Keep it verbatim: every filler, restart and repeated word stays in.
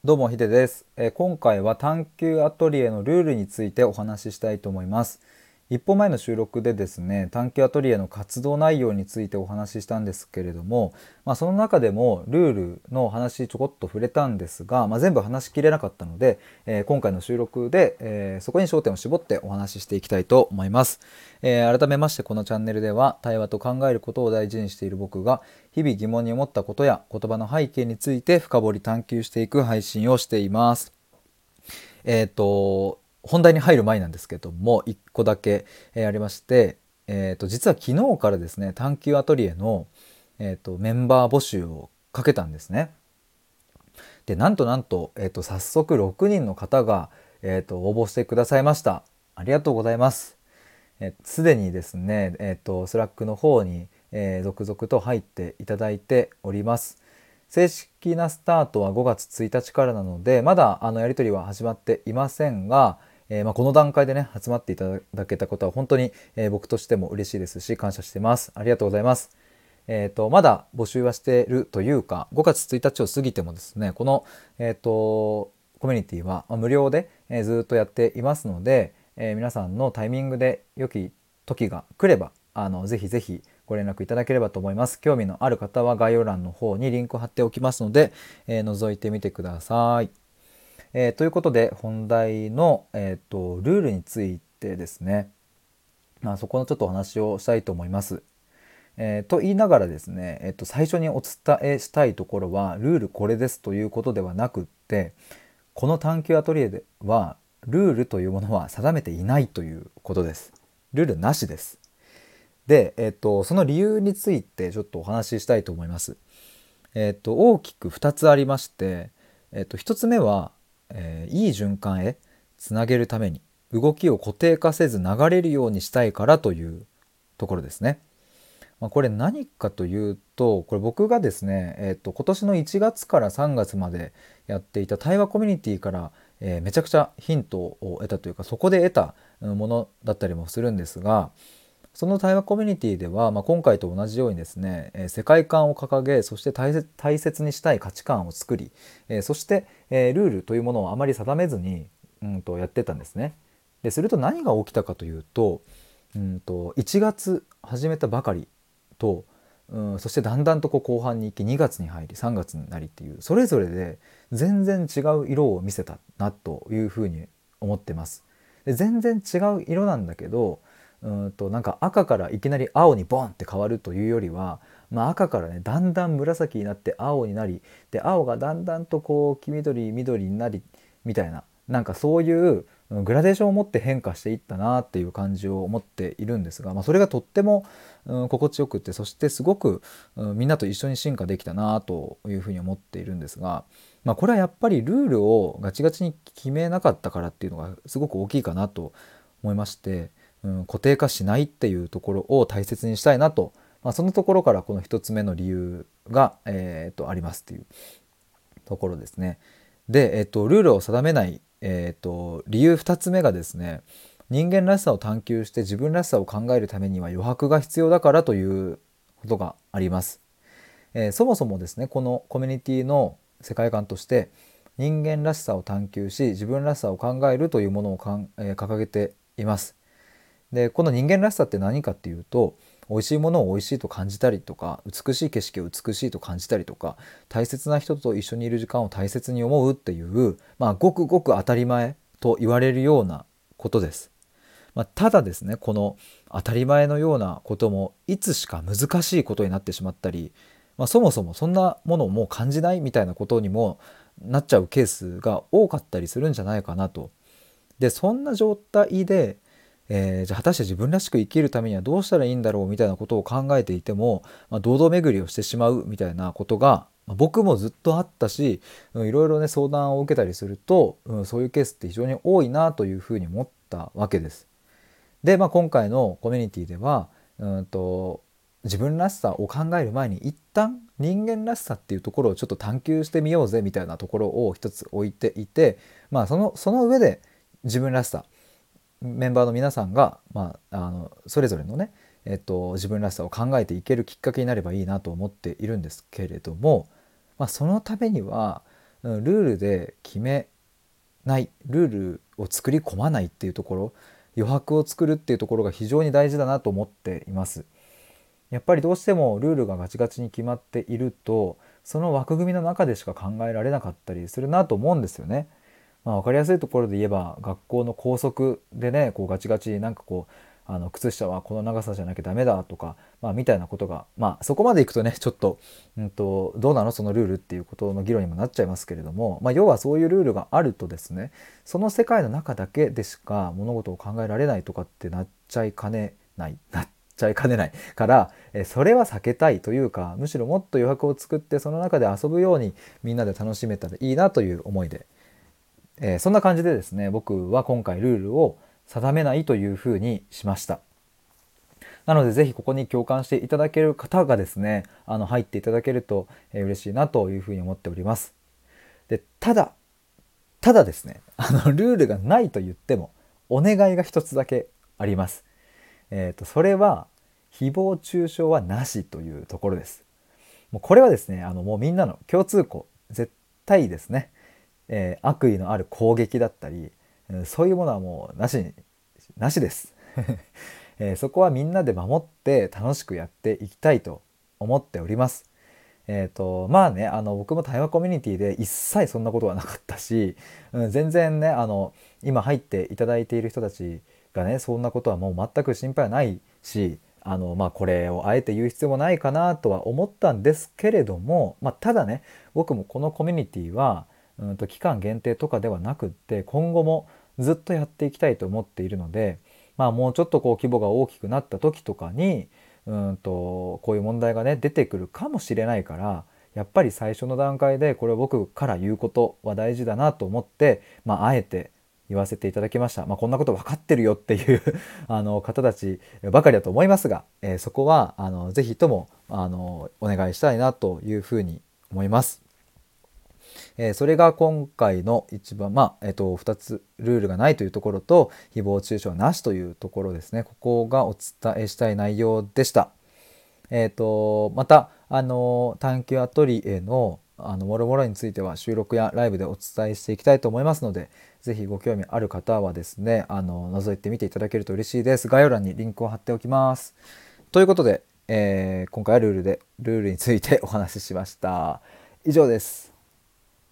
どうもヒデです、えー今回は探究アトリエのルールについてお話ししたいと思います。一歩前の収録でですね、探究アトリエの活動内容についてお話ししたんですけれども、まあ、その中でもルールの話ちょこっと触れたんですが、まあ、全部話しきれなかったので、えー今回の収録で、えーそこに焦点を絞ってお話ししていきたいと思います。えー改めましてこのチャンネルでは対話と考えることを大事にしている僕が日々疑問に思ったことや言葉の背景について深掘り探求していく配信をしています。えっ、と本題に入る前なんですけどもいっこだけ、えーありまして、えーと実は昨日からですね探究アトリエの、えーとメンバー募集をかけたんですね。でなんとなんと,、えーと早速ろくにんの方が、えーと応募してくださいました。ありがとうございます。えすでにですね、えっと、スラックの方に、えー続々と入っていただいております。正式なスタートはごがつついたちからなので、まだあのやり取りは始まっていませんが、えーまあ、この段階でね、集まっていただけたことは本当に、えー僕としても嬉しいですし、感謝してます。ありがとうございます。えっと、まだ募集はしているというか、ごがつついたちを過ぎてもですね、この、えっと、コミュニティはまあ無料で、えーずっとやっていますので、えー皆さんのタイミングで良き時が来れば、あの、ぜひぜひご連絡いただければと思います。興味のある方は概要欄の方にリンクを貼っておきますので、えー覗いてみてください。えーということで、本題の、えーと、ルールについてですね、まあ、そこのちょっとお話をしたいと思います。えーと言いながらですね、えっと、最初にお伝えしたいところは、ルールこれですということではなくって、この探究アトリエでは、ルールというものは定めていないということです。ルールなしです。で、えっと、その理由についてちょっとお話ししたいと思います。えっと、大きくふたつありまして、えっと、ひとつめは、えーいい循環へつなげるために、動きを固定化せず流れるようにしたいからというところですね。まあ、これ何かというと、これ僕がですね、えっと、今年のいちがつからさんがつまでやっていた対話コミュニティから、えーめちゃくちゃヒントを得たというか、そこで得たうんものだったりもするんですが、その対話コミュニティでは、まあ、今回と同じようにですね、えー世界観を掲げ、そして大切大切にしたい価値観を作り、えーそして、えールールというものをあまり定めずに、うんとやってたんですね。ですると何が起きたかというと、うんといちがつ始めたばかりと、うん、そしてだんだんとこう後半に行きにがつに入りさんがつになりっていうそれぞれで全然違う色を見せたなというふうに思ってます。で全然違う色なんだけど、うんとなんか赤からいきなり青にボンって変わるというよりは、まあ、赤からねだんだん紫になって青になり、で青がだんだんとこう黄緑緑になりみたいな、なんかそういううんグラデーションを持って変化していったなっていう感じを思っているんですが、まあ、それがとっても、うん、心地よくって、そしてすごく、うん、みんなと一緒に進化できたなというふうに思っているんですが、まあ、これはやっぱりルールをガチガチに決めなかったからっていうのがすごく大きいかなと思いまして、うん、固定化しないっていうところを大切にしたいなと、まあ、そのところからこの一つ目の理由が、えー、とありますっていうところですね。で、えっと、ルールを定めない、えっと、理由ふたつめがですね、人間らしさを探求して自分らしさを考えるためには余白が必要だからということがあります。えーそもそもですね、このコミュニティの世界観として人間らしさを探求し自分らしさを考えるというものをかん、えー掲げています。でこの人間らしさって何かっていうと、美味しいものを美味しいと感じたりとか、美しい景色を美しいと感じたりとか、大切な人と一緒にいる時間を大切に思うっていう、まあ、ごくごく当たり前と言われるようなことです。まあ、ただですね、この当たり前のようなこともいつしか難しいことになってしまったり、まあ、そもそもそんなものをもう感じないみたいなことにもなっちゃうケースが多かったりするんじゃないかなと。でそんな状態で、えーじゃあ果たして自分らしく生きるためにはどうしたらいいんだろうみたいなことを考えていても、まあ、堂々巡りをしてしまうみたいなことが、まあ僕もずっとあったし、うんいろいろね相談を受けたりすると、うん、そういうケースって非常に多いなというふうに思ったわけです。で、まあ、今回のコミュニティでは、うんと自分らしさを考える前に一旦人間らしさっていうところをちょっと探求してみようぜみたいなところを一つ置いていて、まあ、そのその上で自分らしさ、メンバーの皆さんが、まあ、あのそれぞれのね、えっと、自分らしさを考えていけるきっかけになればいいなと思っているんですけれども、まあ、そのためには、 うんルールで決めないルールを作り込まないっていうところ、余白を作るっていうところが非常に大事だなと思っています。やっぱりどうしてもルールがガチガチに決まっていると、その枠組みの中でしか考えられなかったりするなと思うんですよね。まあ、分かりやすいところで言えば、学校の校則でね、こうガチガチなんかこうあの靴下はこの長さじゃなきゃダメだとか、まあ、みたいなことが、まあ、そこまでいくとねちょっと、うんと、どうなのそのルールっていうことの議論にもなっちゃいますけれども、まあ、要はそういうルールがあるとですね、その世界の中だけでしか物事を考えられないとかってなっちゃいかねないなっちゃいかねないから、えそれは避けたいというか、むしろもっと余白を作ってその中で遊ぶようにみんなで楽しめたらいいなという思いで、えーそんな感じでですね、僕は今回ルールを定めないというふうにしました。なのでぜひここに共感していただける方がですね、あの入っていただけると、えー嬉しいなというふうに思っております。で、ただ、ただですね、あのルールがないと言ってもお願いが一つだけあります。えっと、それは誹謗中傷はなしというところです。もうこれはですね、あのもうみんなの共通項、絶対ですね、えー悪意のある攻撃だったり、うんそういうものはもうなしになしです、えーそこはみんなで守って楽しくやっていきたいと思っております。えーとまあね、あの僕も対話コミュニティで一切そんなことはなかったし、うん、全然ね、あの今入っていただいている人たちがね、そんなことはもう全く心配はないし、あのまあこれをあえて言う必要もないかなとは思ったんですけれども、まあ、ただね、僕もこのコミュニティはうんと期間限定とかではなくって、今後もずっとやっていきたいと思っているので、まあもうちょっとこう規模が大きくなった時とかにうんとこういう問題がね出てくるかもしれないから、やっぱり最初の段階でこれを僕から言うことは大事だなと思って、まあ、あえて言わせていただきました。まあ、こんなこと分かってるよっていうあの方たちばかりだと思いますが、えーそこはあのぜひともあのお願いしたいなというふうに思います。えーそれが今回の一番、まあえー、とふたつルールがないというところと、誹謗中傷なしというところですね。ここがお伝えしたい内容でした。えー、とまたあの探究アトリエのあのもろもろについては収録やライブでお伝えしていきたいと思いますので、ぜひご興味ある方はですね、あの覗いてみていただけると嬉しいです。概要欄にリンクを貼っておきます。ということで、えー今回はルールでルールについてお話ししました。以上です。